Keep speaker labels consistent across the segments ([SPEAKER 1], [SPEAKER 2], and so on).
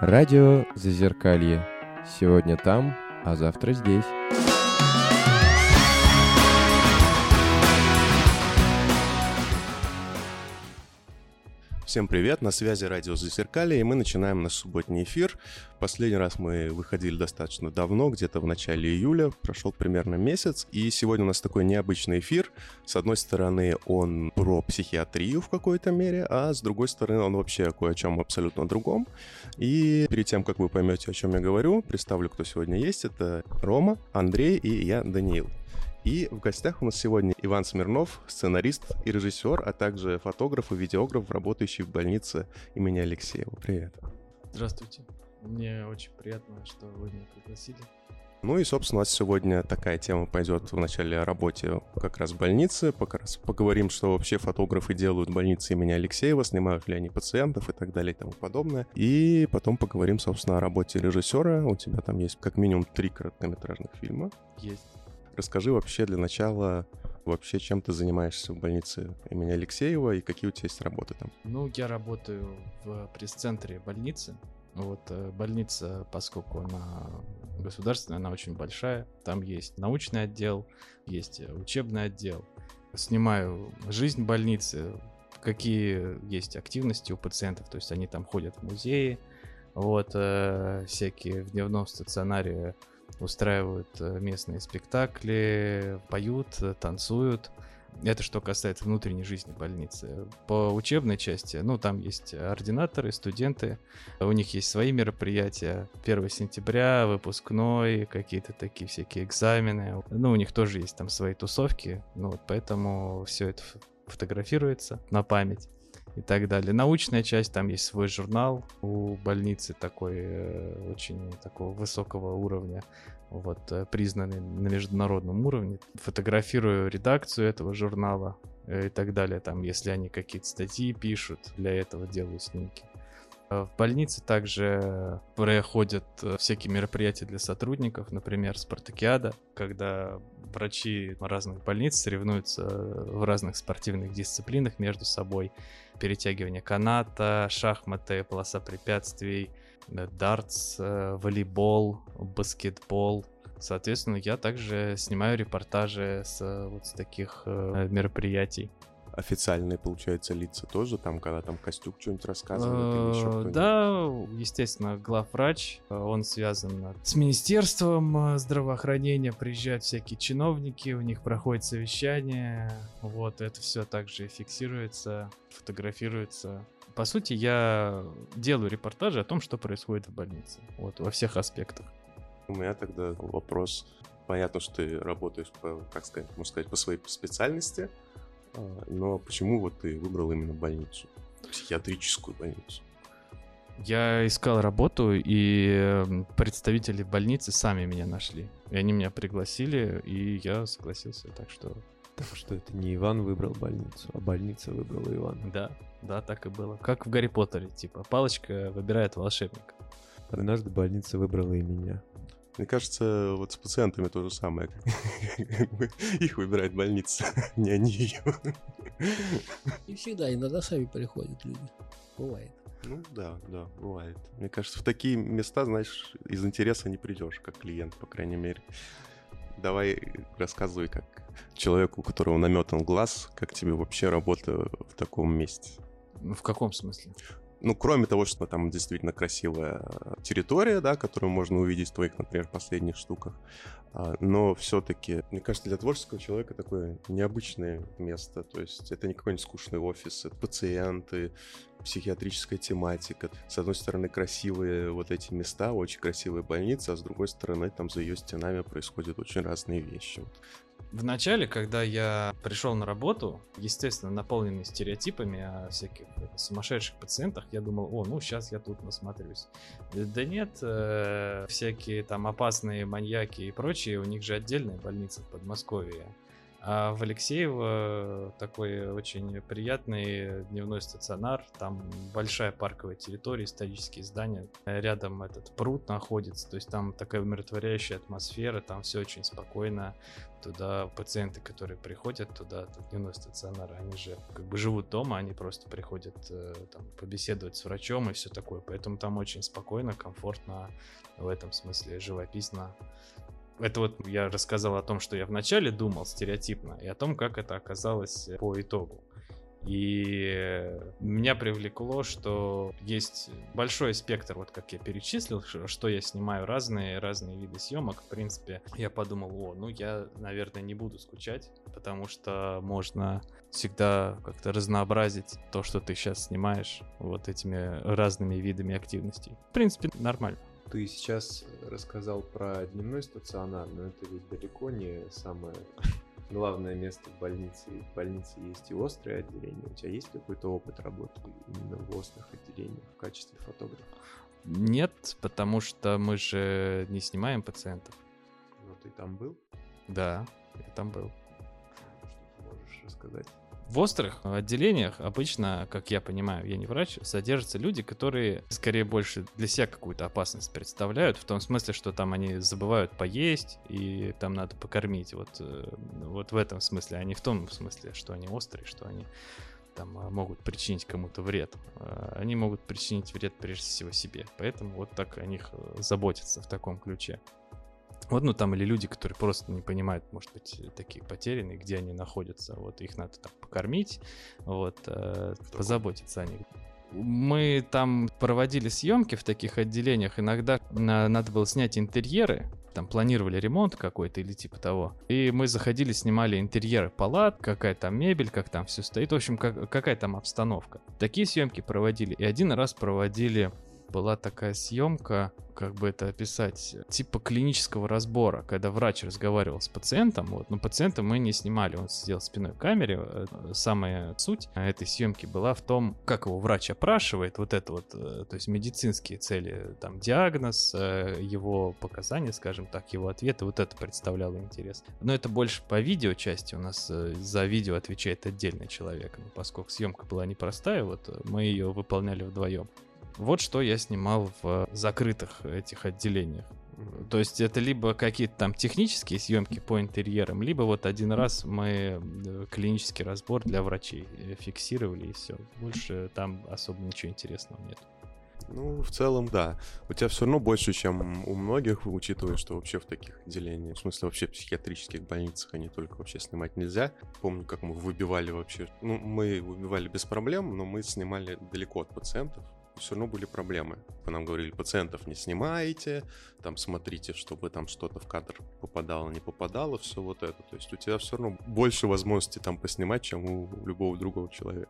[SPEAKER 1] Радио Зазеркалье. Сегодня там, а завтра здесь.
[SPEAKER 2] Всем привет, на связи радио Зазеркалье, и мы начинаем наш субботний эфир. Последний раз мы выходили достаточно давно, где-то в начале июля, прошел примерно месяц, и сегодня у нас такой необычный эфир. С одной стороны, он про психиатрию в какой-то мере, а с другой стороны, он вообще кое о чем абсолютно другом. И перед тем, как вы поймете, о чем я говорю, представлю, кто сегодня есть. Это Рома, Андрей и я, Даниил. И в гостях у нас сегодня Иван Смирнов, сценарист и режиссер, а также фотограф и видеограф, работающий в больнице имени Алексеева. Привет.
[SPEAKER 3] Здравствуйте. Мне очень приятно, что вы меня пригласили.
[SPEAKER 2] Ну и, собственно, у нас сегодня такая тема пойдет вначале о работе как раз в больнице. Поговорим, что вообще фотографы делают в больнице имени Алексеева, снимают ли они пациентов и так далее и тому подобное. И потом поговорим, собственно, о работе режиссера. У тебя там есть как минимум 3 короткометражных фильма.
[SPEAKER 3] Есть.
[SPEAKER 2] Расскажи вообще для начала, вообще чем ты занимаешься в больнице имени Алексеева и какие у тебя есть работы там?
[SPEAKER 3] Ну, я работаю в пресс-центре больницы. Больница, поскольку она государственная, она очень большая. Там есть научный отдел, есть учебный отдел. Снимаю жизнь больницы, какие есть активности у пациентов. То есть они там ходят в музеи, всякие в дневном стационаре устраивают местные спектакли, поют, танцуют. Это что касается внутренней жизни больницы. По учебной части, там есть ординаторы, студенты, у них есть свои мероприятия. 1 сентября, выпускной, какие-то такие всякие экзамены. У них тоже есть там свои тусовки, поэтому все это фотографируется на память и так далее. Научная часть, там есть свой журнал у больницы, такой очень такого высокого уровня, признанный на международном уровне. Фотографирую редакцию этого журнала и так далее. Там, если они какие-то статьи пишут, для этого делаю снимки. В больнице также проходят всякие мероприятия для сотрудников, например, спартакиада, когда врачи разных больниц соревнуются в разных спортивных дисциплинах между собой. Перетягивание каната, шахматы, полоса препятствий, дартс, волейбол, баскетбол. Соответственно, я также снимаю репортажи с таких мероприятий.
[SPEAKER 2] Официальные, получается, лица тоже, там, когда там Костюк что-нибудь рассказывает или еще кто-нибудь?
[SPEAKER 3] Да, естественно, главврач, он связан с Министерством здравоохранения, приезжают всякие чиновники, у них проходит совещание, это все также фиксируется, фотографируется. По сути, я делаю репортажи о том, что происходит в больнице, во всех аспектах.
[SPEAKER 2] У меня тогда вопрос. Понятно, что ты работаешь по своей специальности, но почему ты выбрал именно больницу, психиатрическую больницу?
[SPEAKER 3] Я искал работу, и представители больницы сами меня нашли. И они меня пригласили, и я согласился, так что
[SPEAKER 1] это не Иван выбрал больницу, а больница выбрала Ивана.
[SPEAKER 3] Да, так и было. Как в Гарри Поттере, палочка выбирает волшебника.
[SPEAKER 1] Однажды больница выбрала и меня.
[SPEAKER 2] Мне кажется, с пациентами то же самое. Их выбирает больница, не они ее.
[SPEAKER 4] Не всегда, иногда сами приходят люди. Бывает.
[SPEAKER 2] Да, бывает. Мне кажется, в такие места, знаешь, из интереса не придешь, как клиент, по крайней мере. Давай рассказывай, как человеку, у которого наметан глаз, как тебе вообще работа в таком месте.
[SPEAKER 3] В каком смысле?
[SPEAKER 2] Кроме того, что там действительно красивая территория, да, которую можно увидеть в твоих, например, последних штуках, но все-таки, мне кажется, для творческого человека такое необычное место, то есть это не какой-нибудь скучный офис, это пациенты, психиатрическая тематика. С одной стороны, красивые эти места, очень красивые больницы, а с другой стороны, там за ее стенами происходят очень разные вещи.
[SPEAKER 3] В начале, когда я пришел на работу, естественно, наполненный стереотипами о всяких сумасшедших пациентах, я думал, сейчас я тут насмотрюсь. Да нет, всякие там опасные маньяки и прочие, у них же отдельная больница в Подмосковье. А в Алексеево такой очень приятный дневной стационар. Там большая парковая территория, исторические здания. Рядом этот пруд находится. То есть там такая умиротворяющая атмосфера. Там все очень спокойно. Туда пациенты, которые приходят туда, в дневной стационар, они же как бы живут дома, они просто приходят там, побеседовать с врачом и все такое. Поэтому там очень спокойно, комфортно, в этом смысле живописно. Это вот я рассказал о том, что я вначале думал стереотипно, и о том, как это оказалось по итогу. И меня привлекло, что есть большой спектр, вот как я перечислил, что я снимаю, разные виды съемок. В принципе, я подумал, я, наверное, не буду скучать, потому что можно всегда как-то разнообразить то, что ты сейчас снимаешь, вот этими разными видами активностей. В принципе, нормально.
[SPEAKER 1] Ты сейчас рассказал про дневной стационар, но это ведь далеко не самое главное место в больнице. В больнице есть и острые отделения. У тебя есть какой-то опыт работы именно в острых отделениях в качестве фотографа?
[SPEAKER 3] Нет, потому что мы же не снимаем пациентов.
[SPEAKER 1] Но ты там был?
[SPEAKER 3] Да, я там был.
[SPEAKER 1] Что ты можешь рассказать?
[SPEAKER 3] В острых отделениях обычно, как я понимаю, я не врач, содержатся люди, которые скорее больше для себя какую-то опасность представляют, в том смысле, что там они забывают поесть и там надо покормить. Вот в этом смысле, а не в том смысле, что они острые, что они там могут причинить кому-то вред. Они могут причинить вред прежде всего себе. Поэтому вот так о них заботятся в таком ключе. Вот, там или люди, которые просто не понимают, может быть, такие потерянные, где они находятся. Вот их надо там покормить, позаботиться о них. Мы там проводили съемки в таких отделениях. Иногда надо было снять интерьеры. Там планировали ремонт какой-то или типа того. И мы заходили, снимали интерьеры палат, какая там мебель, как там все стоит. В общем, какая там обстановка. Такие съемки проводили. И один раз проводили... Была такая съемка, как бы это описать, типа клинического разбора, когда врач разговаривал с пациентом, но пациента мы не снимали, он сидел спиной к камере. Самая суть этой съемки была в том, как его врач опрашивает, то есть медицинские цели, там диагноз, его показания, скажем так, его ответы, вот это представляло интерес. Но это больше по видео части, у нас за видео отвечает отдельный человек, поскольку съемка была непростая, мы ее выполняли вдвоем. Вот что я снимал в закрытых этих отделениях. То есть это либо какие-то там технические съемки по интерьерам, либо один раз мы клинический разбор для врачей фиксировали и все. Больше там особо ничего интересного нет.
[SPEAKER 2] В целом, да. У тебя все равно больше, чем у многих, учитывая, что вообще в таких отделениях, в смысле вообще в психиатрических больницах, а не только вообще снимать нельзя. Помню, как мы выбивали вообще. Мы выбивали без проблем, но мы снимали далеко от пациентов. Все равно были проблемы. По нам говорили, пациентов не снимайте, там смотрите, чтобы там что-то в кадр попадало, не попадало, все вот это. То есть у тебя все равно больше возможностей там поснимать, чем у любого другого человека.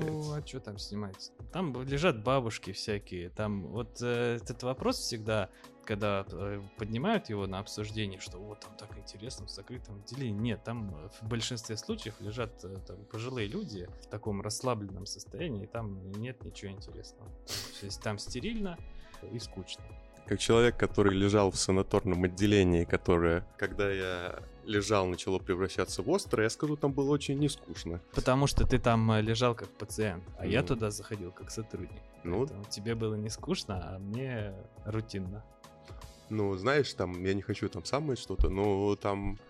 [SPEAKER 3] А что там снимать? Там лежат бабушки всякие. Там этот вопрос всегда, когда поднимают его на обсуждение, что там так интересно в закрытом отделении. Нет, там в большинстве случаев лежат там пожилые люди в таком расслабленном состоянии, и там нет ничего интересного. То есть там стерильно и скучно.
[SPEAKER 2] Как человек, который лежал в санаторном отделении, которое, когда я лежал, начало превращаться в острое, я скажу, там было очень нескучно.
[SPEAKER 3] Потому что ты там лежал как пациент, а я туда заходил как сотрудник. Поэтому тебе было не скучно, а мне рутинно.
[SPEAKER 2] Знаешь, там, я не хочу там самое что-то, но там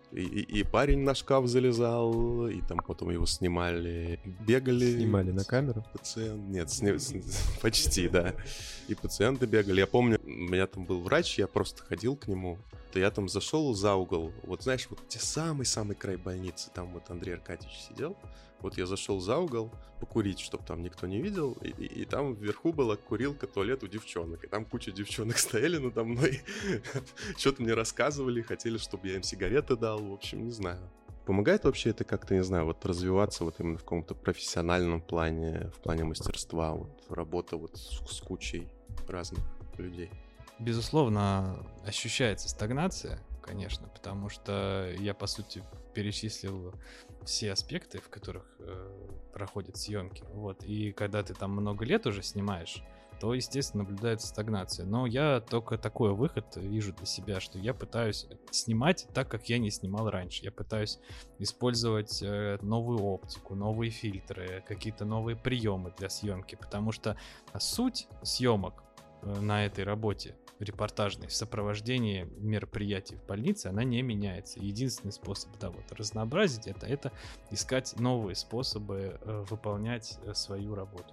[SPEAKER 2] и парень на шкаф залезал, и там потом его снимали, бегали.
[SPEAKER 1] Снимали на камеру?
[SPEAKER 2] Пациент, нет, почти, да. И пациенты бегали. Я помню, у меня там был врач, я просто ходил к нему, то я там зашел за угол, знаешь, где самый-самый край больницы, там Андрей Аркадьевич сидел, я зашел за угол покурить, чтобы там никто не видел, и там вверху была курилка, туалет у девчонок, и там куча девчонок стояли надо мной, что-то мне рассказывали, хотели, чтобы я им сигареты дал, в общем, не знаю. Помогает вообще это как-то, не знаю, развиваться именно в каком-то профессиональном плане, в плане мастерства, работа с кучей разных людей?
[SPEAKER 3] Безусловно, ощущается стагнация, конечно, потому что я, по сути, перечислил все аспекты, в которых проходят съемки. Вот. И когда ты там много лет уже снимаешь, то, естественно, наблюдается стагнация. Но я только такой выход вижу для себя, что я пытаюсь снимать так, как я не снимал раньше. Я пытаюсь использовать новую оптику, новые фильтры, какие-то новые приемы для съемки, потому что суть съемок на этой работе репортажной в сопровождении мероприятий в больнице, она не меняется. Единственный способ, разнообразить это искать новые способы выполнять свою работу,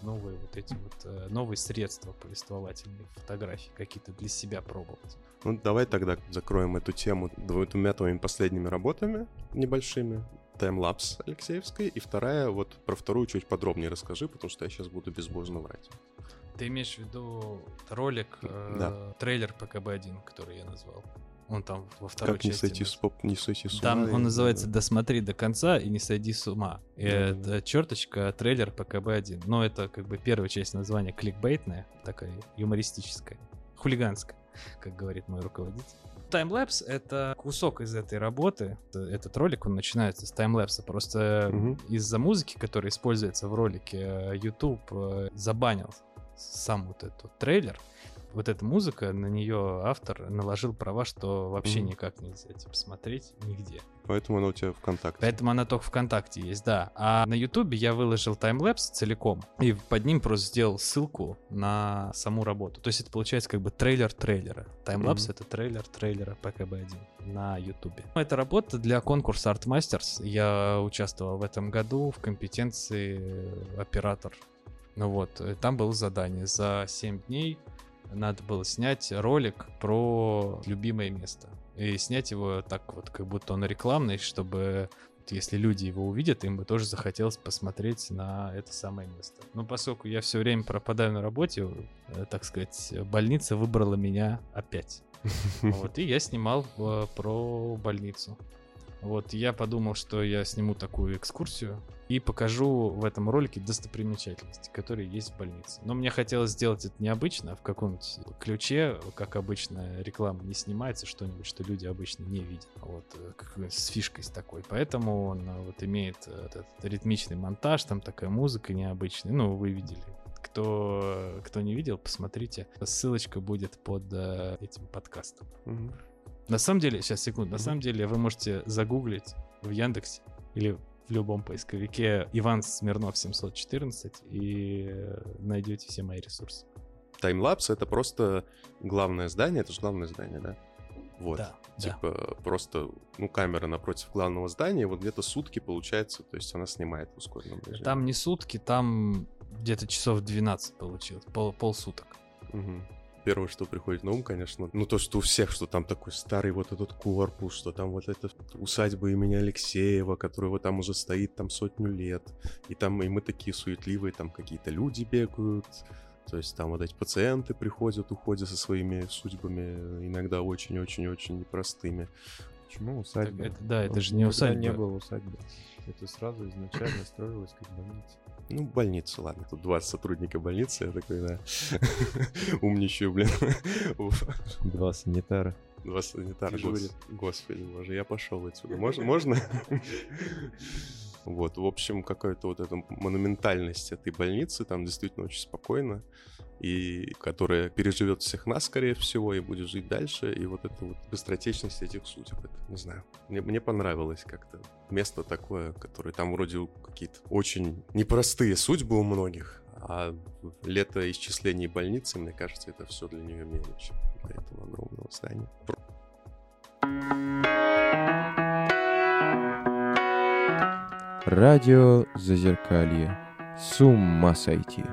[SPEAKER 3] новые средства повествовательные, фотографии какие-то для себя пробовать.
[SPEAKER 2] Ну, давай тогда закроем эту тему двумя твоими последними работами небольшими. Таймлапс Алексеевской, и вторая, вот про вторую чуть подробнее расскажи, потому что я сейчас буду безбожно врать.
[SPEAKER 3] Ты имеешь в виду ролик, трейлер ПКБ-1, который я назвал? Он там во второй части.
[SPEAKER 2] Не сойти с ума.
[SPEAKER 3] Там он называется «Досмотри до конца и не сойди с ума». И это черточка трейлер ПКБ-1. Но это как бы первая часть названия кликбейтная, такая юмористическая, хулиганская, как говорит мой руководитель. Таймлапс — это кусок из этой работы. Этот ролик, он начинается с таймлапса. Просто из-за музыки, которая используется в ролике, YouTube забанил сам вот этот трейлер. Вот эта музыка, на нее автор наложил права, что вообще никак нельзя смотреть нигде.
[SPEAKER 2] Поэтому она у тебя ВКонтакте.
[SPEAKER 3] Поэтому она только ВКонтакте есть, да. А на Ютубе я выложил таймлэпс целиком, и под ним просто сделал ссылку на саму работу. То есть это получается как бы трейлер трейлера. Таймлапс — это трейлер трейлера ПКБ-1 на Ютубе. Это работа для конкурса Art Masters. Я участвовал в этом году в компетенции оператор. Ну вот, там было задание. За 7 дней надо было снять ролик про любимое место. И снять его так вот, как будто он рекламный, чтобы, если люди его увидят, им бы тоже захотелось посмотреть на это самое место. Но поскольку я все время пропадаю на работе, так сказать, больница выбрала меня опять. Вот, и я снимал про больницу. Вот, я подумал, что я сниму такую экскурсию и покажу в этом ролике достопримечательности, которые есть в больнице. Но мне хотелось сделать это необычно, а в каком-нибудь ключе, как обычно реклама не снимается, что-нибудь, что люди обычно не видят. Вот, с фишкой с такой. Поэтому он вот имеет этот ритмичный монтаж, там такая музыка необычная. Ну, вы видели. Кто не видел, посмотрите. Ссылочка будет под этим подкастом. На самом деле, сейчас, секунду, на самом деле вы можете загуглить в Яндексе или в любом поисковике Иван Смирнов 714 и найдете все мои ресурсы.
[SPEAKER 2] Таймлапс — это просто главное здание, это же главное здание, да? Вот,
[SPEAKER 3] да,
[SPEAKER 2] типа просто, камера напротив главного здания, вот где-то сутки получается, то есть она снимает в ускоренном режиме.
[SPEAKER 3] Там не сутки, там где-то часов 12 получилось, полсуток.
[SPEAKER 2] Первое, что приходит на ум, конечно, то, что у всех, что там такой старый вот этот корпус, что там вот эта усадьба имени Алексеева, которая вот там уже стоит там 100 лет, и мы такие суетливые, там какие-то люди бегают, то есть там вот эти пациенты приходят, уходят со своими судьбами, иногда очень-очень-очень непростыми.
[SPEAKER 1] Почему усадьба?
[SPEAKER 3] Это же не усадьба.
[SPEAKER 1] Не было усадьбы. Это сразу изначально строилось как больница.
[SPEAKER 2] Больница, ладно, тут 20 сотрудников больницы, я такой, да, умничаю, блин.
[SPEAKER 1] 2 санитара.
[SPEAKER 2] 2 санитара, господи боже, я пошел отсюда. Можно? Вот, в общем, какая-то вот эта монументальность этой больницы, там действительно очень спокойно, и которая переживет всех нас, скорее всего, и будет жить дальше, и вот эта вот быстротечность этих судеб, это, не знаю, мне понравилось как-то. Место такое, которое там вроде какие-то очень непростые судьбы у многих, а летоисчисление больницы, мне кажется, это все для нее мелочь, для этого огромного здания.
[SPEAKER 1] Радио Зазеркалье. С ума сойти.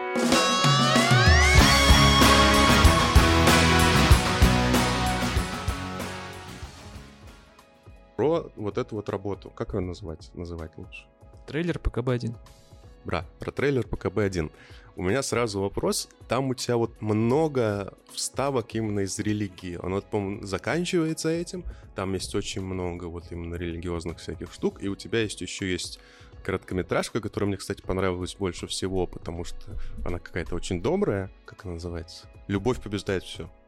[SPEAKER 2] Про вот эту вот работу, как ее называть лучше?
[SPEAKER 3] Трейлер ПКБ-1.
[SPEAKER 2] Про трейлер ПКБ-1. У меня сразу вопрос. Там у тебя вот много вставок именно из религии. Он вот, по-моему, заканчивается этим. Там есть очень много вот именно религиозных всяких штук. И у тебя еще есть короткометражка, которая мне, кстати, понравилась больше всего, потому что она какая-то очень добрая. Как она называется? «Любовь побеждает все».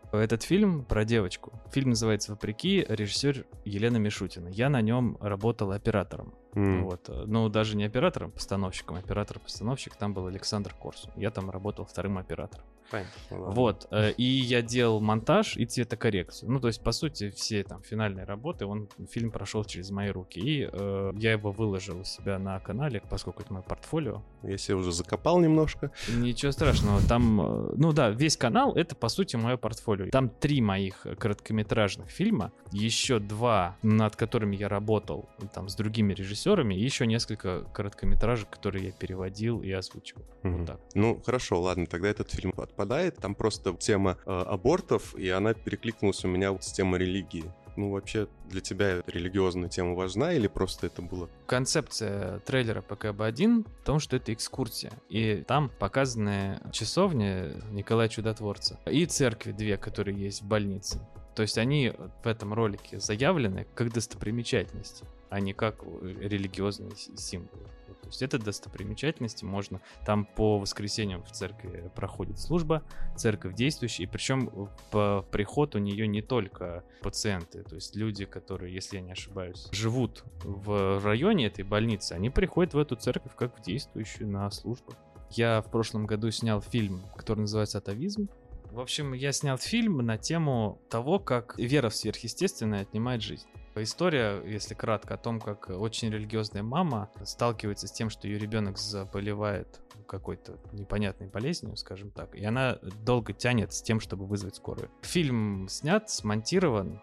[SPEAKER 3] Этот фильм про девочку. Фильм называется «Вопреки», режиссер Елена Мишутина. Я на нем работал оператором. Вот. Ну, даже не оператором, постановщиком. Оператор-постановщик там был Александр Корсун. Я там работал вторым оператором.
[SPEAKER 2] Понятно.
[SPEAKER 3] Вот. И я делал монтаж и цветокоррекцию. Ну, то есть, по сути, все там финальные работы, фильм прошел через мои руки. И я его выложил у себя на канале, поскольку это мое портфолио.
[SPEAKER 2] Я себя уже закопал немножко.
[SPEAKER 3] Ничего страшного. Там, ну да, весь канал — это, по сути, мое портфолио. Там 3 моих короткометражных фильма, еще 2, над которыми я работал там с другими режиссерами, и еще несколько короткометражек, которые я переводил и озвучивал. Вот так.
[SPEAKER 2] Ну, хорошо, ладно, тогда этот фильм отпадает. Там просто тема абортов, и она перекликнулась у меня вот с темой религии. Ну, вообще, для тебя религиозная тема важна или просто это было?
[SPEAKER 3] Концепция трейлера ПКБ-1 в том, что это экскурсия. И там показаны часовни Николая Чудотворца и церкви 2, которые есть в больнице. То есть они в этом ролике заявлены как достопримечательности, а не как религиозные символы. То есть это достопримечательности, можно... Там по воскресеньям в церкви проходит служба, церковь действующая, и причем по приход у нее не только пациенты, то есть люди, которые, если я не ошибаюсь, живут в районе этой больницы, они приходят в эту церковь как в действующую на службу. Я в прошлом году снял фильм, который называется «Атовизм». В общем, я снял фильм на тему того, как вера в сверхъестественное отнимает жизнь. История, если кратко, о том, как очень религиозная мама сталкивается с тем, что ее ребенок заболевает какой-то непонятной болезнью, скажем так, и она долго тянет с тем, чтобы вызвать скорую. Фильм снят, смонтирован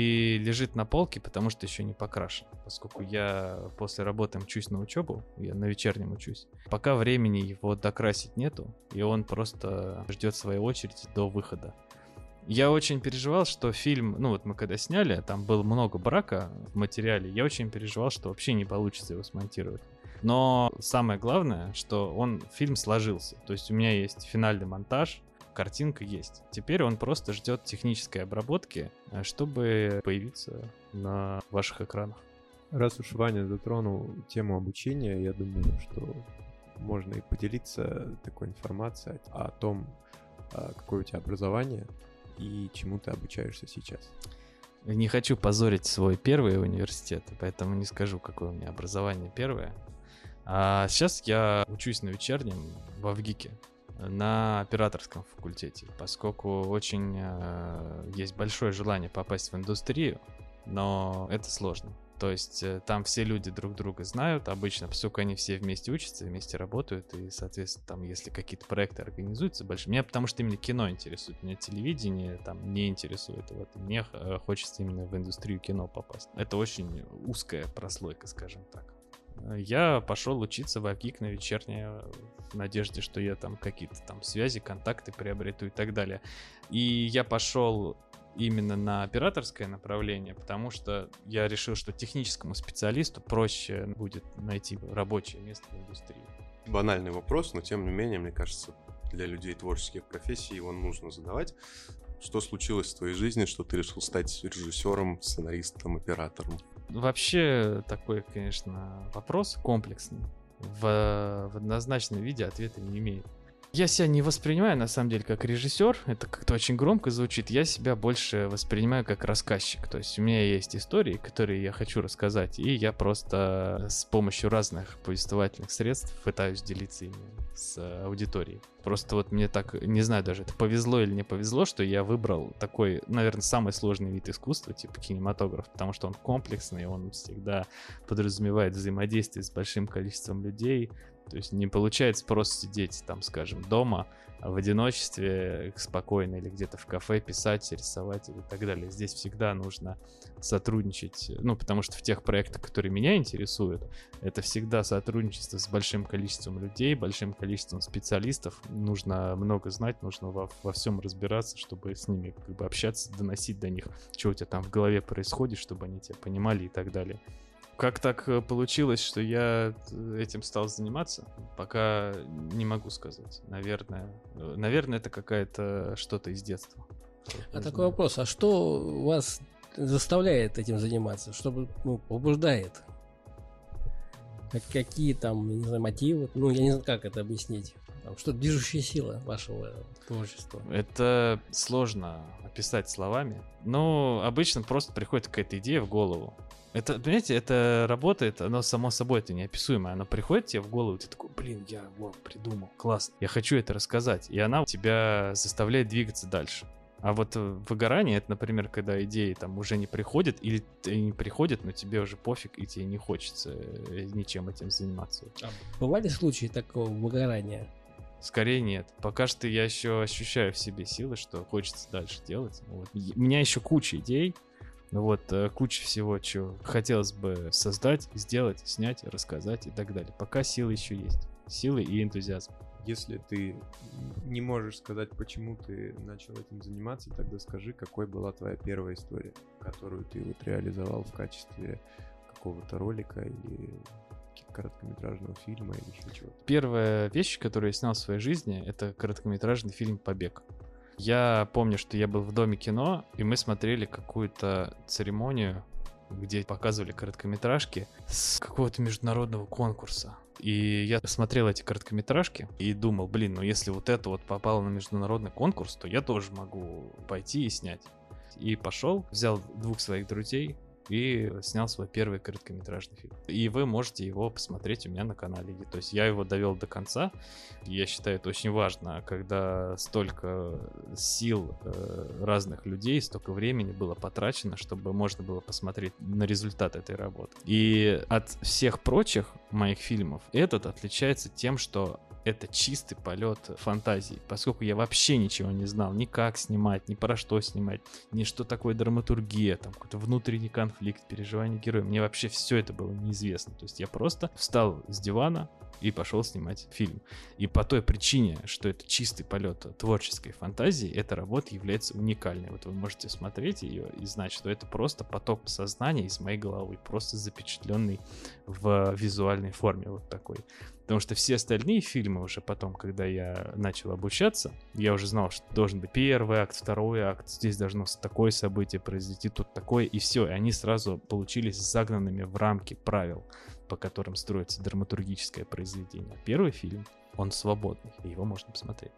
[SPEAKER 3] и лежит на полке, потому что еще не покрашен, поскольку я после работы мчусь на учебу, я на вечернем учусь. Пока времени его докрасить нету, и он просто ждет своей очереди до выхода. Я очень переживал, что фильм, ну вот мы когда сняли, там было много брака в материале, я очень переживал, что вообще не получится его смонтировать. Но самое главное, что фильм сложился. То есть у меня есть финальный монтаж, картинка есть. Теперь он просто ждет технической обработки, чтобы появиться на ваших экранах.
[SPEAKER 1] Раз уж Ваня затронул тему обучения, я думаю, что можно и поделиться такой информацией о том, какое у тебя образование и чему ты обучаешься сейчас.
[SPEAKER 3] Не хочу позорить свой первый университет, поэтому не скажу, какое у меня образование первое. А сейчас я учусь на вечернем в ВГИКе на операторском факультете, поскольку очень есть большое желание попасть в индустрию, но это сложно. То есть там все люди друг друга знают обычно, поскольку они все вместе учатся, вместе работают, и, соответственно, там, если какие-то проекты организуются большие... Меня потому что именно кино интересует, меня телевидение там не интересует, вот, мне хочется именно в индустрию кино попасть. Это очень узкая прослойка, скажем так. Я пошел учиться в ВГИК на вечернее в надежде, что я там какие-то там связи, контакты приобрету и так далее. И я пошел именно на операторское направление, потому что я решил, что техническому специалисту проще будет найти рабочее место в индустрии.
[SPEAKER 2] Банальный вопрос, но тем не менее, мне кажется, для людей творческих профессий его нужно задавать. Что случилось в твоей жизни, что ты решил стать режиссером, сценаристом, оператором?
[SPEAKER 3] Вообще такой, конечно, вопрос комплексный. В однозначном виде ответа не имеет. Я себя не воспринимаю, на самом деле, как режиссер. Это как-то очень громко звучит. Я себя больше воспринимаю как рассказчик. То есть у меня есть истории, которые я хочу рассказать, и я просто с помощью разных повествовательных средств пытаюсь делиться ими с аудиторией. Просто вот мне так, не знаю даже, это повезло или не повезло, что я выбрал такой, наверное, самый сложный вид искусства, типа кинематограф, потому что он комплексный, он всегда подразумевает взаимодействие с большим количеством людей. То есть не получается просто сидеть там, скажем, дома в одиночестве, спокойно, или где-то в кафе писать, рисовать и так далее. Здесь всегда нужно сотрудничать, ну, потому что в тех проектах, которые меня интересуют, это всегда сотрудничество с большим количеством людей, большим количеством специалистов. Нужно много знать, нужно во всем разбираться, чтобы с ними как бы общаться, доносить до них, что у тебя там в голове происходит, чтобы они тебя понимали и так далее. Как так получилось, что я этим стал заниматься? Пока не могу сказать. Наверное, это какая-то что-то из детства.
[SPEAKER 4] А такой вопрос, а что вас заставляет этим заниматься? Что побуждает? Какие там, не знаю, мотивы? Ну, я не знаю, как это объяснить. Там, что движущая сила вашего творчества?
[SPEAKER 3] Это сложно описать словами. Но обычно просто приходит какая-то идея в голову. Это, понимаете, это работает, оно само собой, это неописуемое. Оно приходит тебе в голову, ты такой, блин, я придумал, классно. Я хочу это рассказать. И она тебя заставляет двигаться дальше. А вот выгорание, это, например, когда идеи там уже не приходят, или не приходят, но тебе уже пофиг, и тебе не хочется ничем этим заниматься.
[SPEAKER 4] Бывали случаи такого выгорания?
[SPEAKER 3] Скорее нет. Пока что я еще ощущаю в себе силы, что хочется дальше делать. Вот. У меня еще куча идей, вот, куча всего, чего хотелось бы создать, сделать, снять, рассказать и так далее. Пока силы еще есть. Силы и энтузиазм.
[SPEAKER 1] Если ты не можешь сказать, почему ты начал этим заниматься, тогда скажи, какой была твоя первая история, которую ты вот реализовал в качестве какого-то ролика или короткометражного фильма или еще чего-то.
[SPEAKER 3] Первая вещь, которую я снял в своей жизни, это короткометражный фильм «Побег». Я помню, что я был в Доме кино, и мы смотрели какую-то церемонию, где показывали короткометражки с какого-то международного конкурса. И я смотрел эти короткометражки и думал, блин, ну если вот это вот попало на международный конкурс, то я тоже могу пойти и снять. И пошел, взял 2 своих друзей и снял свой первый короткометражный фильм. И вы можете его посмотреть у меня на канале. То есть я его довел до конца. Я считаю, это очень важно, когда столько сил разных людей, столько времени было потрачено, чтобы можно было посмотреть на результат этой работы. И от всех прочих моих фильмов этот отличается тем, что это чистый полет фантазии, поскольку я вообще ничего не знал, ни как снимать, ни про что снимать, ни что такое драматургия, там какой-то внутренний конфликт, переживания героя. Мне вообще все это было неизвестно. То есть я просто встал с дивана и пошел снимать фильм. И по той причине, что это чистый полет творческой фантазии, эта работа является уникальной. Вот вы можете смотреть ее и знать, что это просто поток сознания из моей головы, просто запечатленный в визуальной форме вот такой. Потому что все остальные фильмы уже потом, когда я начал обучаться, я уже знал, что должен быть первый акт, второй акт, здесь должно такое событие произойти, тут такое, и все. И они сразу получились загнанными в рамки правил, по которым строится драматургическое произведение. Первый фильм, он свободный, и его можно посмотреть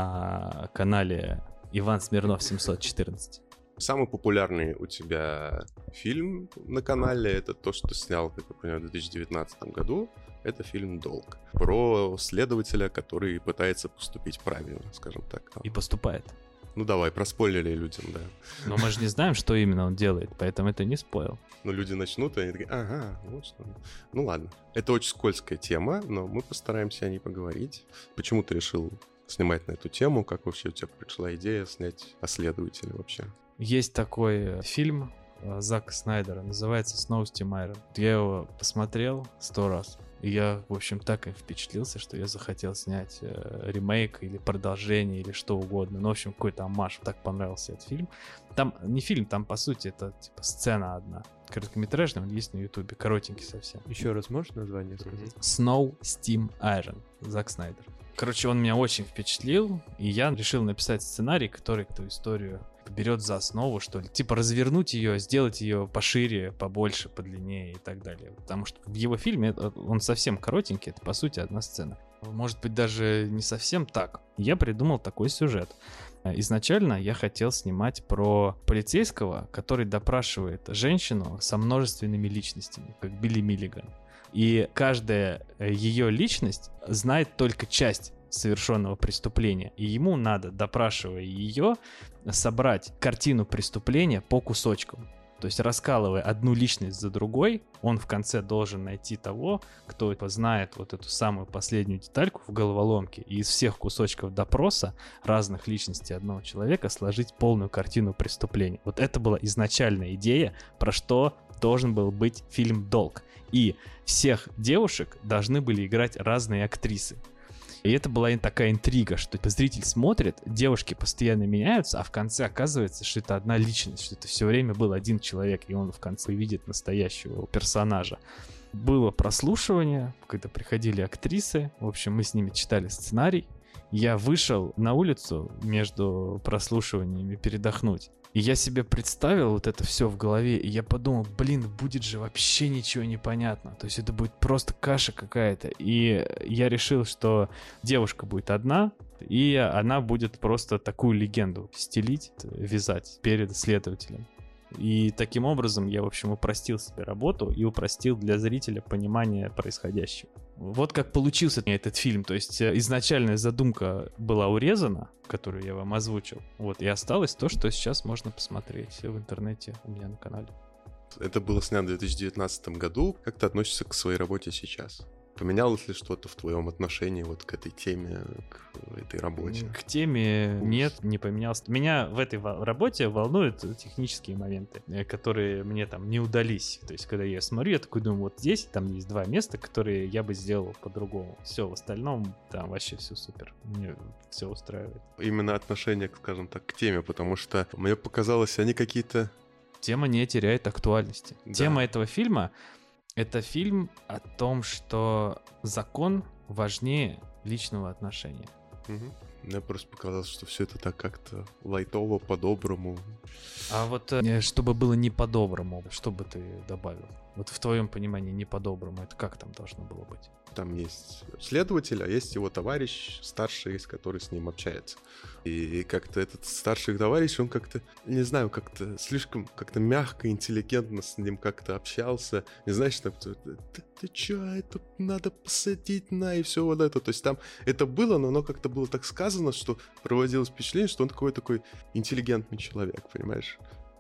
[SPEAKER 3] на канале Иван Смирнов 714.
[SPEAKER 2] Самый популярный у тебя фильм на канале — это то, что ты снял, как я понимаю, в 2019 году. Это фильм «Долг». Про следователя, который пытается поступить правильно, скажем так.
[SPEAKER 3] И поступает.
[SPEAKER 2] Ну давай, проспойлери людям, да.
[SPEAKER 3] Но мы же не знаем, что именно он делает, поэтому это не спойл.
[SPEAKER 2] Но люди начнут, и они такие, ага, вот что. Ну ладно. Это очень скользкая тема, но мы постараемся о ней поговорить. Почему ты решил снимать на эту тему? Как вообще у тебя пришла идея снять о следователе вообще?
[SPEAKER 3] Есть такой фильм Зака Снайдера, называется «Snow Steam Iron». Я его посмотрел 100 раз. И я, в общем, так и впечатлился, что я захотел снять ремейк или продолжение, или что угодно. Ну, в общем, какой-то оммаж. Так понравился этот фильм. Там не фильм, там, по сути, это типа сцена одна. Короткометражный, он есть на Ютубе, коротенький совсем.
[SPEAKER 1] Еще раз можешь название сказать?
[SPEAKER 3] Snow Steam Iron, Зак Снайдер. Короче, он меня очень впечатлил, и я решил написать сценарий, который эту историю берет за основу, что ли. Типа развернуть ее, сделать ее пошире, побольше, подлиннее и так далее. Потому что в его фильме он совсем коротенький, это по сути одна сцена. Может быть, даже не совсем так. Я придумал такой сюжет. Изначально я хотел снимать про полицейского, который допрашивает женщину со множественными личностями, как Билли Миллиган. И каждая ее личность знает только часть совершенного преступления. И ему надо, допрашивая ее, собрать картину преступления по кусочкам. То есть, раскалывая одну личность за другой, он в конце должен найти того, кто знает вот эту самую последнюю детальку в головоломке, и из всех кусочков допроса разных личностей одного человека сложить полную картину преступления. Вот это была изначальная идея, про что должен был быть фильм «Долг». И всех девушек должны были играть разные актрисы. И это была такая интрига, что зритель смотрит, девушки постоянно меняются, а в конце оказывается, что это одна личность, что это все время был один человек, и он в конце видит настоящего персонажа. Было прослушивание, когда приходили актрисы, в общем, мы с ними читали сценарий. Я вышел на улицу между прослушиваниями передохнуть. И я себе представил вот это все в голове, и я подумал, блин, будет же вообще ничего не понятно. То есть это будет просто каша какая-то. И я решил, что девушка будет одна, и она будет просто такую легенду стелить, вязать перед следователем. И таким образом я, в общем, упростил себе работу и упростил для зрителя понимание происходящего. Вот как получился этот фильм. То есть изначальная задумка была урезана, которую я вам озвучил. Вот, и осталось то, что сейчас можно посмотреть в интернете у меня на канале.
[SPEAKER 2] Это было снято в 2019 году. Как ты относишься к своей работе сейчас? Поменялось ли что-то в твоем отношении вот к этой теме, к этой работе?
[SPEAKER 3] К теме нет, не поменялось. Меня в этой работе волнуют технические моменты, которые мне там не удались. То есть, когда я смотрю, я такой думаю, вот здесь там есть 2 места, которые я бы сделал по-другому. Все, в остальном там вообще все супер. Мне все устраивает.
[SPEAKER 2] Именно отношение, скажем так, к теме, потому что мне показалось, они какие-то...
[SPEAKER 3] Тема не теряет актуальности.
[SPEAKER 2] Да.
[SPEAKER 3] Тема этого фильма — это фильм о том, что закон важнее личного отношения.
[SPEAKER 2] Угу. Мне просто показалось, что все это так как-то лайтово, по-доброму.
[SPEAKER 3] А вот чтобы было не по-доброму, что бы ты добавил? Вот в твоем понимании не по-доброму, это как там должно было быть?
[SPEAKER 2] Там есть следователь, а есть его товарищ старший, который с ним общается. И как-то этот старший товарищ, он как-то, не знаю, как-то слишком как-то мягко, интеллигентно с ним как-то общался. Не знаешь, там, ты чё, это надо посадить на, и все вот это. То есть там это было, но оно как-то было так сказано, что проводилось впечатление, что он такой интеллигентный человек, понимаешь?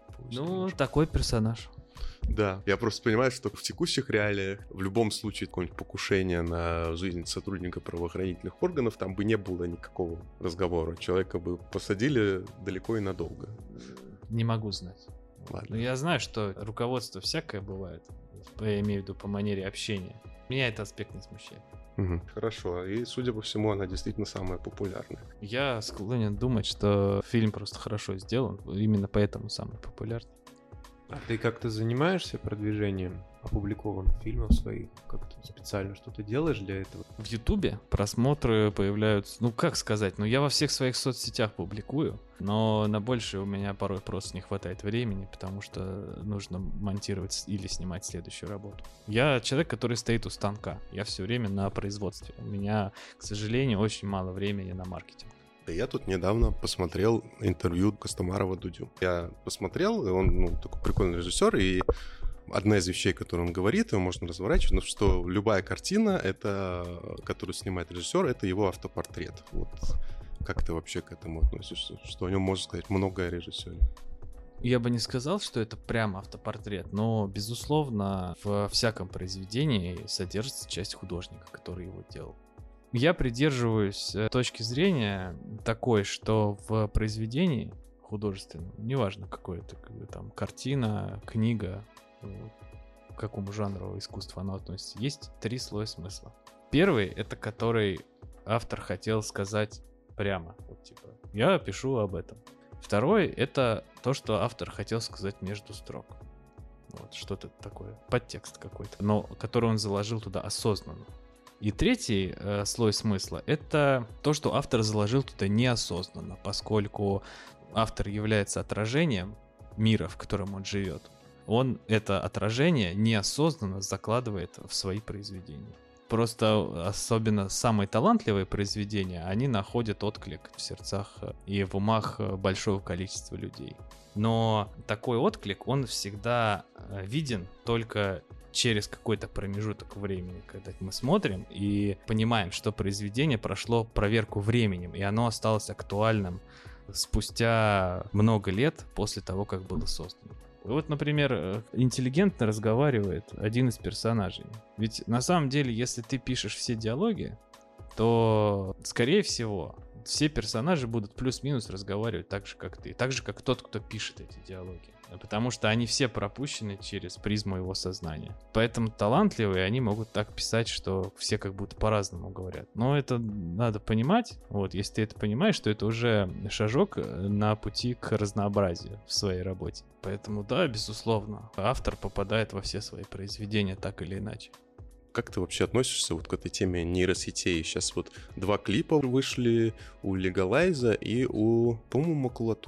[SPEAKER 3] Ну, такой персонаж.
[SPEAKER 2] Да, я просто понимаю, что в текущих реалиях в любом случае какое-нибудь покушение на жизнь сотрудника правоохранительных органов, там бы не было никакого разговора. Человека бы посадили далеко и надолго.
[SPEAKER 3] Не могу знать.
[SPEAKER 2] Ладно.
[SPEAKER 3] Но я знаю, что руководство всякое бывает. Я имею в виду по манере общения. Меня этот аспект не смущает.
[SPEAKER 2] Угу. Хорошо, и, судя по всему, она действительно самая популярная.
[SPEAKER 3] Я склонен думать, что фильм просто хорошо сделан, именно поэтому самый популярный.
[SPEAKER 1] А ты как-то занимаешься продвижением опубликованных фильмов своих? Как-то специально что-то делаешь для этого?
[SPEAKER 3] В Ютубе просмотры появляются, ну как сказать, я во всех своих соцсетях публикую, но на большее у меня порой просто не хватает времени, потому что нужно монтировать или снимать следующую работу. Я человек, который стоит у станка, я все время на производстве. У меня, к сожалению, очень мало времени на маркетинг.
[SPEAKER 2] Я тут недавно посмотрел интервью Костомарова Дудю. Я посмотрел, и он такой прикольный режиссер, и одна из вещей, которую он говорит, ее можно разворачивать, что любая картина, которую снимает режиссер, это его автопортрет. Вот как ты вообще к этому относишься? Что о нем можно сказать много о режиссере?
[SPEAKER 3] Я бы не сказал, что это прямо автопортрет, но, безусловно, в всяком произведении содержится часть художника, который его делал. Я придерживаюсь точки зрения такой, что в произведении художественном, неважно какое это, там, картина, книга, к какому жанру искусства оно относится, есть 3 слоя смысла. Первый — это который автор хотел сказать прямо, вот, типа, я пишу об этом. Второй — это то, что автор хотел сказать между строк. Вот, что-то такое, подтекст какой-то, но который он заложил туда осознанно. И третий слой смысла — это то, что автор заложил туда неосознанно, поскольку автор является отражением мира, в котором он живет. Он это отражение неосознанно закладывает в свои произведения. Просто особенно самые талантливые произведения, они находят отклик в сердцах и в умах большого количества людей. Но такой отклик, он всегда виден только через какой-то промежуток времени, когда мы смотрим и понимаем, что произведение прошло проверку временем, и оно осталось актуальным спустя много лет после того, как было создано. И вот, например, интеллигентно разговаривает один из персонажей. Ведь на самом деле, если ты пишешь все диалоги, то, скорее всего, все персонажи будут плюс-минус разговаривать так же, как ты. Так же, как тот, кто пишет эти диалоги. Потому что они все пропущены через призму его сознания. Поэтому талантливые, они могут так писать, что все как будто по-разному говорят. Но это надо понимать. Вот, если ты это понимаешь, то это уже шажок на пути к разнообразию в своей работе. Поэтому да, безусловно, автор попадает во все свои произведения так или иначе.
[SPEAKER 2] Как ты вообще относишься вот к этой теме нейросетей? Сейчас вот 2 клипа вышли у Легалайза и у, по-моему, Макулатуры.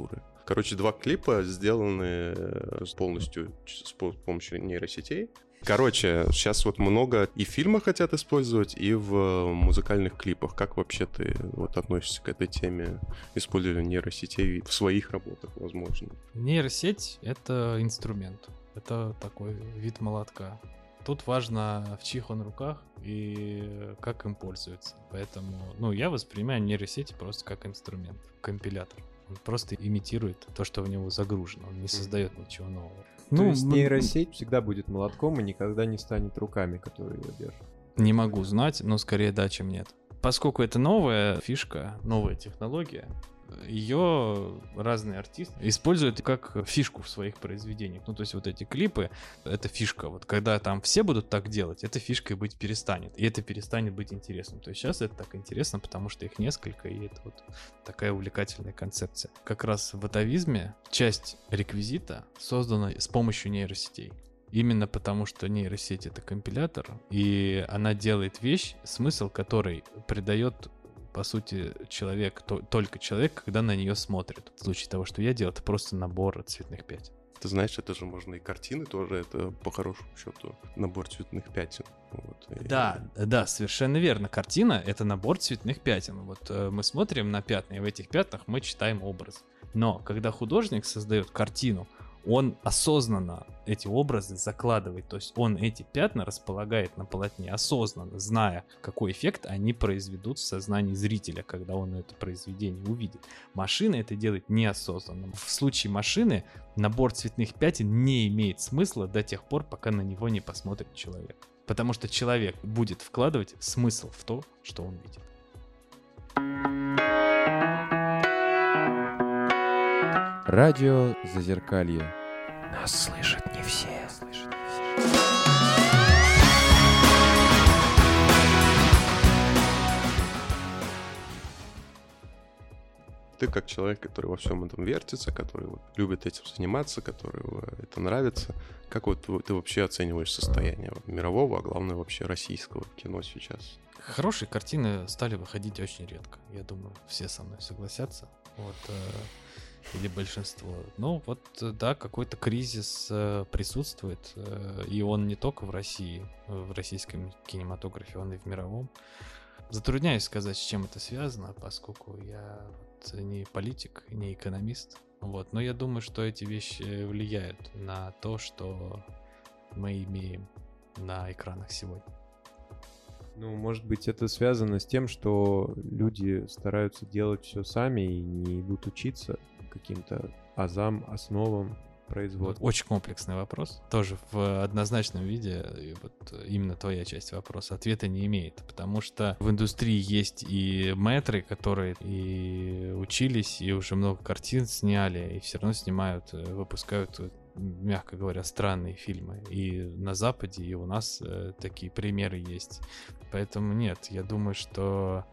[SPEAKER 2] Короче, 2 клипа сделаны полностью с помощью нейросетей. Короче, сейчас вот много и в фильмах хотят использовать, и в музыкальных клипах. Как вообще ты вот относишься к этой теме использования нейросетей в своих работах, возможно?
[SPEAKER 3] Нейросеть — это инструмент. Это такой вид молотка. Тут важно, в чьих он руках и как им пользуются. Поэтому, я воспринимаю нейросети просто как инструмент, компилятор. Он просто имитирует то, что в него загружено. Он не создает ничего нового.
[SPEAKER 1] То есть нейросеть всегда будет молотком и никогда не станет руками, которые ее держат.
[SPEAKER 3] Не могу знать, но скорее да, чем нет. Поскольку это новая фишка, новая технология, ее разные артисты используют как фишку в своих произведениях. То есть вот эти клипы, это фишка. Вот когда там все будут так делать, эта фишкой быть перестанет. И это перестанет быть интересным. То есть сейчас это так интересно, потому что их несколько, и это вот такая увлекательная концепция. Как раз в атовизме часть реквизита создана с помощью нейросетей. Именно потому, что нейросеть — это компилятор, и она делает вещь, смысл которой придает, по сути, человек, только человек, когда на нее смотрит. В случае того, что я делаю, это просто набор цветных пятен.
[SPEAKER 2] Ты знаешь, это же можно и картины тоже, это по хорошему счету набор цветных пятен. Вот.
[SPEAKER 3] Да, совершенно верно. Картина — это набор цветных пятен. Вот мы смотрим на пятна, и в этих пятнах мы читаем образ. Но когда художник создает картину, он осознанно эти образы закладывает, то есть он эти пятна располагает на полотне осознанно, зная, какой эффект они произведут в сознании зрителя, когда он это произведение увидит. Машина это делает неосознанно. В случае машины набор цветных пятен не имеет смысла до тех пор, пока на него не посмотрит человек. Потому что человек будет вкладывать смысл в то, что он видит.
[SPEAKER 1] Радио Зазеркалье.
[SPEAKER 3] Нас слышат не все.
[SPEAKER 2] Ты как человек, который во всем этом вертится, который вот любит этим заниматься, которому это нравится, как вот ты вообще оцениваешь состояние мирового, а главное вообще российского кино сейчас?
[SPEAKER 3] Хорошие картины стали выходить очень редко. Я думаю, все со мной согласятся. Или большинство. Да, какой-то кризис присутствует, и он не только в России, в российском кинематографе, он и в мировом. Затрудняюсь сказать, с чем это связано, поскольку я не политик, не экономист. Но я думаю, что эти вещи влияют на то, что мы имеем на экранах сегодня.
[SPEAKER 1] Может быть, это связано с тем, что люди стараются делать все сами и не идут учиться каким-то азам, основам производства.
[SPEAKER 3] Очень комплексный вопрос. Тоже в однозначном виде, и вот именно твоя часть вопроса, ответа не имеет. Потому что в индустрии есть и мэтры, которые и учились, и уже много картин сняли, и все равно снимают, выпускают, мягко говоря, странные фильмы. И на Западе, и у нас такие примеры есть. Поэтому нет, я думаю, что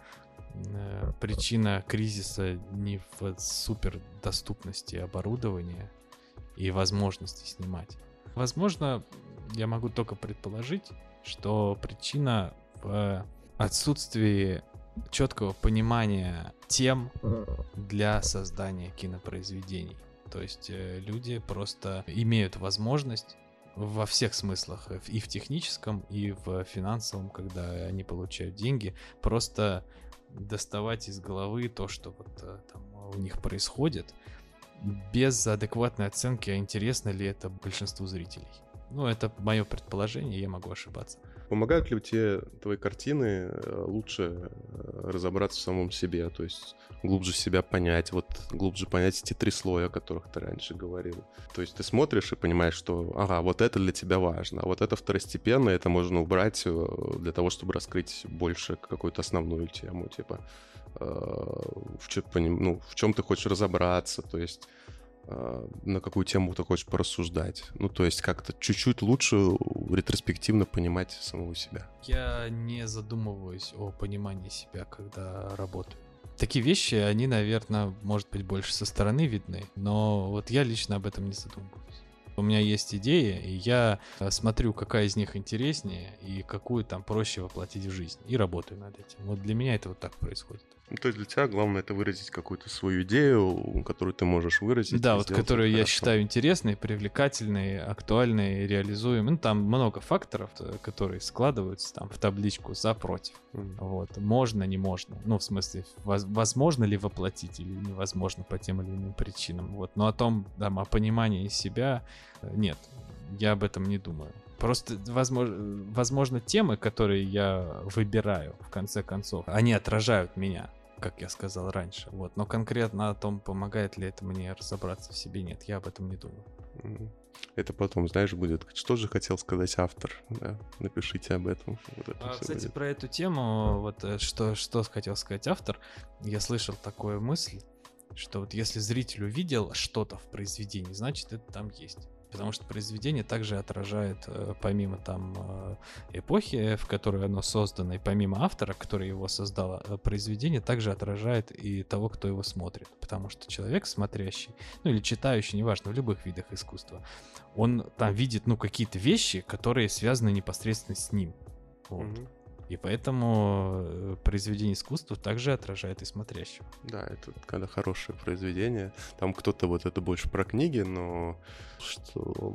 [SPEAKER 3] причина кризиса не в супердоступности оборудования и возможности снимать. Возможно, я могу только предположить, что причина в отсутствии четкого понимания тем для создания кинопроизведений. То есть люди просто имеют возможность во всех смыслах, и в техническом, и в финансовом, когда они получают деньги, просто доставать из головы то, что там у них происходит, без адекватной оценки, а интересно ли это большинству зрителей. Это мое предположение, я могу ошибаться.
[SPEAKER 2] Помогают ли тебе твои картины лучше разобраться в самом себе, то есть глубже себя понять, глубже понять эти 3 слоя, о которых ты раньше говорил? То есть ты смотришь и понимаешь, что, вот это для тебя важно, а вот это второстепенно, это можно убрать для того, чтобы раскрыть больше какую-то основную тему, типа в чем ты хочешь разобраться, то есть на какую тему ты хочешь порассуждать. То есть как-то чуть-чуть лучше ретроспективно понимать самого себя.
[SPEAKER 3] Я не задумываюсь о понимании себя, когда работаю. Такие вещи, они, наверное, может быть, больше со стороны видны, но я лично об этом не задумываюсь. У меня есть идеи, и я смотрю, какая из них интереснее и какую там проще воплотить в жизнь, и работаю над этим. Для меня это так происходит.
[SPEAKER 2] Ну, то есть для тебя главное это выразить какую-то свою идею, которую ты можешь выразить.
[SPEAKER 3] Да, вот которую я
[SPEAKER 2] хорошо.
[SPEAKER 3] считаю интересной, привлекательной, актуальной, реализуемой. Ну, там много факторов, которые складываются там в табличку за-против. Вот. Можно, не можно. Ну, в смысле, возможно ли воплотить или невозможно по тем или иным причинам. Вот. Но о том, там, о понимании себя нет. Я об этом не думаю. Просто, возможно, темы, которые я выбираю, в конце концов, они отражают меня, как я сказал раньше. Вот. Но конкретно о том, помогает ли это мне разобраться в себе, нет, я об этом не думаю.
[SPEAKER 2] Это потом, знаешь, будет, что же хотел сказать автор, да? Напишите об этом. Вот это
[SPEAKER 3] Кстати,
[SPEAKER 2] будет.
[SPEAKER 3] про эту тему, вот что хотел сказать автор, я слышал такую мысль, что вот если зритель увидел что-то в произведении, значит, это там есть. Потому что произведение также отражает, помимо там эпохи, в которой оно создано, и помимо автора, который его создал, произведение также отражает и того, кто его смотрит. Потому что человек, смотрящий, ну или читающий, неважно, в любых видах искусства, он там видит, ну, какие-то вещи, которые связаны непосредственно с ним. Вот. И поэтому произведение искусства также отражает и смотрящего.
[SPEAKER 2] Да, это когда хорошее произведение. Там кто-то, вот это больше про книги, но что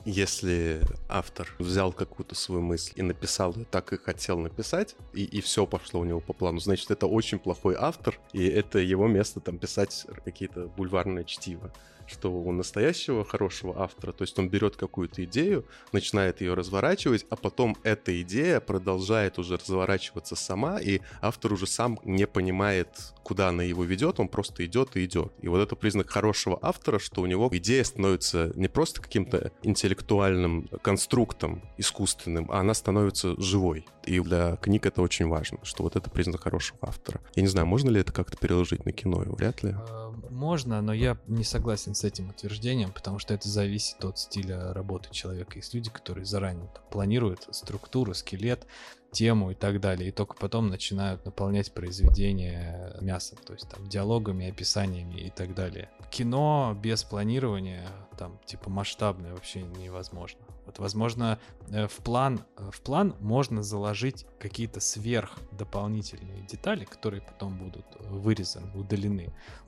[SPEAKER 2] если автор взял какую-то свою мысль и написал ее так, и хотел написать, и все пошло у него по плану, значит, это очень плохой автор, и это его место там писать какие-то бульварные чтива. Что у настоящего хорошего автора, то есть он берет какую-то идею, начинает ее разворачивать, а потом эта идея продолжает уже разворачиваться сама, и автор уже сам не понимает, куда она его ведет, он просто идет и идет. И вот это признак хорошего автора, что у него идея становится не просто каким-то интеллектуальным конструктом искусственным, а она становится живой. И для книг это очень важно, что вот это признак хорошего автора. Я не знаю, можно ли это как-то переложить на кино? Вряд ли.
[SPEAKER 3] Можно, но я не согласен с этим утверждением, потому что это зависит от стиля работы человека. Есть люди, которые заранее там планируют структуру, скелет, тему и так далее, и только потом начинают наполнять произведение мясом, то есть там диалогами, описаниями и так далее. Кино без планирования, там, типа масштабное, вообще невозможно. Вот, возможно, в план можно заложить какие-то сверхдополнительные детали, которые потом будут вырезаны, удалены.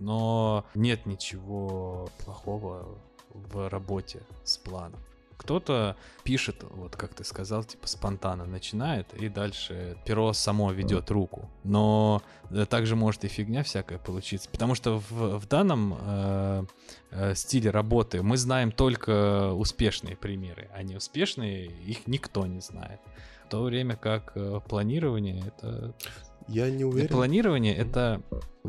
[SPEAKER 3] Но нет ничего плохого в работе с планом. Кто-то пишет, вот как ты сказал, типа спонтанно начинает, и дальше перо само ведет руку. Но также может и фигня всякая получиться. Потому что в данном стиле работы мы знаем только успешные примеры, а неуспешные их никто не знает. В то время как планирование — это...
[SPEAKER 2] Я не уверен.
[SPEAKER 3] Планирование — это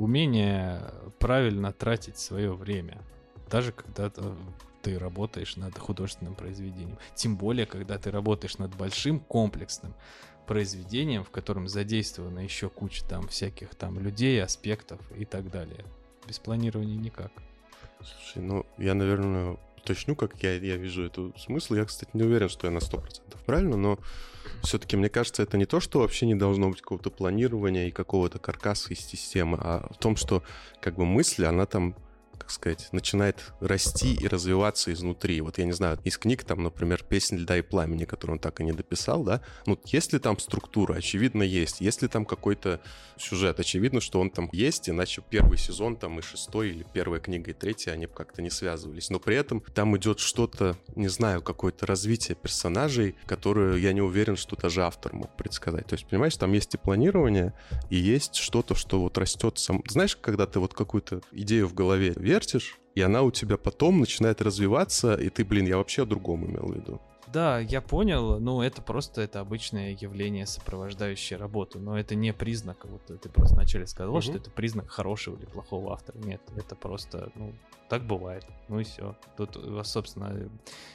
[SPEAKER 3] умение правильно тратить свое время. Даже когда ты работаешь над художественным произведением. Тем более, когда ты работаешь над большим комплексным произведением, в котором задействована еще куча там всяких там людей, аспектов и так далее. Без планирования никак.
[SPEAKER 2] Слушай, ну, я, наверное, уточню, как я вижу эту смысл. Я, кстати, не уверен, что я на 100% правильно, но все-таки, мне кажется, это не то, что вообще не должно быть какого-то планирования и какого-то каркаса и системы, а в том, что как бы мысль, она там, как сказать, начинает расти и развиваться изнутри. Вот я не знаю, из книг там, например, «Песнь льда и пламени», которую он так и не дописал, да, ну, есть ли там структура? Очевидно, есть. Есть ли там какой-то сюжет? Очевидно, что он там есть, иначе первый сезон там и шестой, или первая книга и третья, они как-то не связывались. Но при этом там идет что-то, не знаю, какое-то развитие персонажей, которое я не уверен, что даже автор мог предсказать. То есть, понимаешь, там есть и планирование, и есть что-то, что вот растет сам. Знаешь, когда ты вот какую-то идею в голове вертишь, и она у тебя потом начинает развиваться, и ты, я вообще о другом имел в виду.
[SPEAKER 3] Да, я понял, но это обычное явление, сопровождающее работу, но это не признак, вот ты просто вначале сказал, что это признак хорошего или плохого автора. Нет, это просто, так бывает, ну и все. Тут, собственно,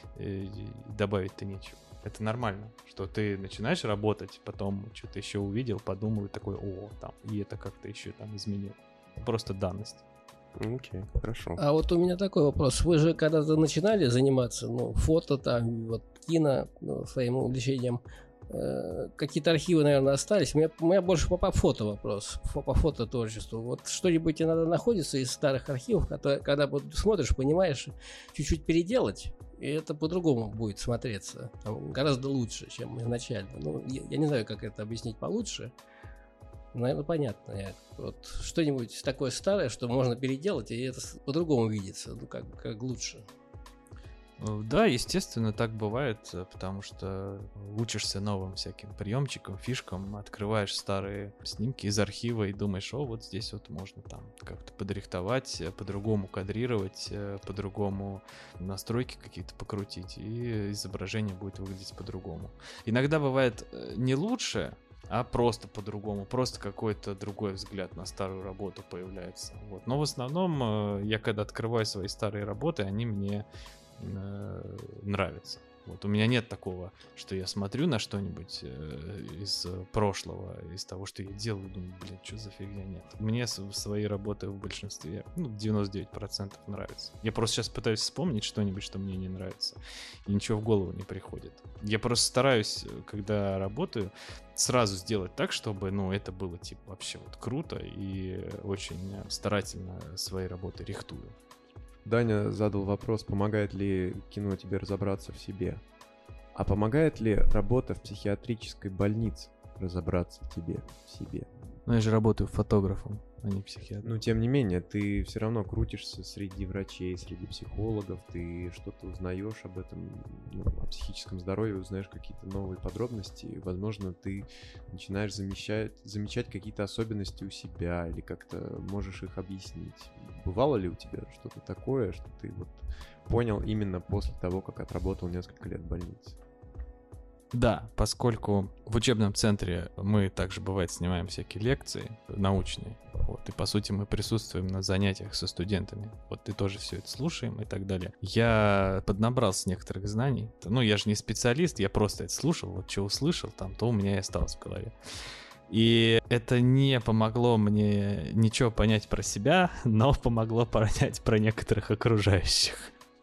[SPEAKER 3] добавить-то нечего. Это нормально, что ты начинаешь работать, потом что-то еще увидел, подумал и такой, и это как-то еще там изменил. Просто данность.
[SPEAKER 2] Окей, хорошо.
[SPEAKER 4] А вот у меня такой вопрос. Вы же когда-то начинали заниматься, фото там, вот кино, своим увлечением, какие-то архивы, наверное, остались. У меня больше по фото вопрос, по фототворчеству. Вот что-нибудь иногда находится из старых архивов, когда смотришь, понимаешь, чуть-чуть переделать, и это по-другому будет смотреться. Там, гораздо лучше, чем изначально. Я не знаю, как это объяснить получше. Наверное, понятно. Вот что-нибудь такое старое, что можно переделать, и это по-другому видится, ну, как лучше.
[SPEAKER 3] Да, естественно, так бывает, потому что учишься новым всяким приемчикам, фишкам, открываешь старые снимки из архива и думаешь, вот здесь вот можно там как-то подрихтовать, по-другому кадрировать, по-другому настройки какие-то покрутить, и изображение будет выглядеть по-другому. Иногда бывает не лучше, а просто по-другому, просто какой-то другой взгляд на старую работу появляется. Вот. Но в основном я когда открываю свои старые работы, они мне нравится. Вот у меня нет такого, что я смотрю на что-нибудь из прошлого, из того, что я делаю, думаю, что за фигня, нет. Мне свои работы в большинстве, 99% нравятся. Я просто сейчас пытаюсь вспомнить что-нибудь, что мне не нравится, и ничего в голову не приходит. Я просто стараюсь, когда работаю, сразу сделать так, чтобы, это было типа вообще вот круто, и очень старательно свои работы рихтую.
[SPEAKER 1] Даня задал вопрос, помогает ли кино тебе разобраться в себе. А помогает ли работа в психиатрической больнице разобраться тебе в себе?
[SPEAKER 3] Я же работаю фотографом, а не психиатром.
[SPEAKER 1] Тем не менее, ты все равно крутишься среди врачей, среди психологов, ты что-то узнаешь об этом, о психическом здоровье, узнаешь какие-то новые подробности, и, возможно, ты начинаешь замечать какие-то особенности у себя или как-то можешь их объяснить. Бывало ли у тебя что-то такое, что ты понял именно после того, как отработал несколько лет в больнице?
[SPEAKER 3] Да, поскольку в учебном центре мы также, бывает, снимаем всякие лекции научные, и по сути мы присутствуем на занятиях со студентами, и тоже все это слушаем и так далее. Я поднабрался некоторых знаний, я же не специалист, я просто это слушал, что услышал, то у меня и осталось в голове. И это не помогло мне ничего понять про себя, но помогло понять про некоторых окружающих.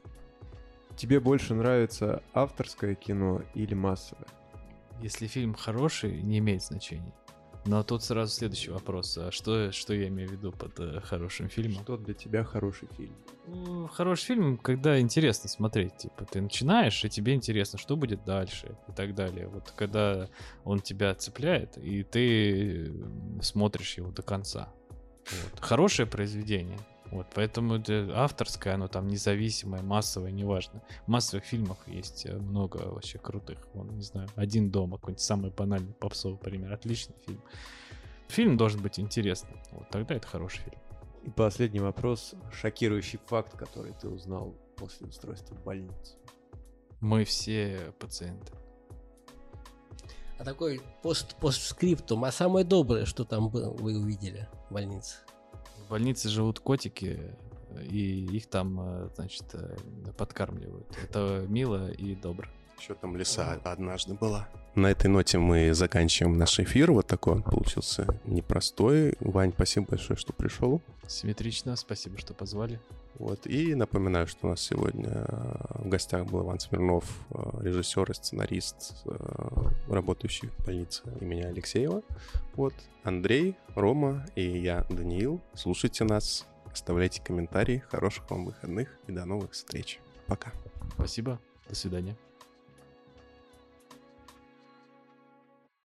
[SPEAKER 1] Тебе больше нравится авторское кино или массовое?
[SPEAKER 3] Если фильм хороший, не имеет значения. Но тут сразу следующий вопрос. А что я имею в виду под хорошим фильмом?
[SPEAKER 1] Что для тебя хороший фильм?
[SPEAKER 3] Хороший фильм, когда интересно смотреть. Типа, ты начинаешь, и тебе интересно, что будет дальше и так далее. Когда он тебя цепляет, и ты смотришь его до конца. Хорошее произведение. Поэтому авторское, оно там независимое, массовое, неважно. В массовых фильмах есть много вообще крутых. Не знаю, «Один дома», какой-нибудь самый банальный попсовый пример. Отличный фильм. Фильм должен быть интересным. Тогда это хороший фильм.
[SPEAKER 1] И последний вопрос. Шокирующий факт, который ты узнал после устройства в больницу.
[SPEAKER 3] Мы все пациенты.
[SPEAKER 4] А такой постскриптум. А самое доброе, что там было, вы увидели в больнице?
[SPEAKER 3] В больнице живут котики, и их там, подкармливают. Это мило и добро.
[SPEAKER 2] Еще там лиса однажды была. На этой ноте мы заканчиваем наш эфир. Вот такой он получился непростой. Вань, спасибо большое, что пришел.
[SPEAKER 3] Симметрично, спасибо, что позвали.
[SPEAKER 2] И напоминаю, что у нас сегодня в гостях был Иван Смирнов, режиссер и сценарист, работающий в больнице имени Алексеева. Андрей, Рома и я, Даниил. Слушайте нас, оставляйте комментарии. Хороших вам выходных и до новых встреч. Пока.
[SPEAKER 3] Спасибо. До свидания.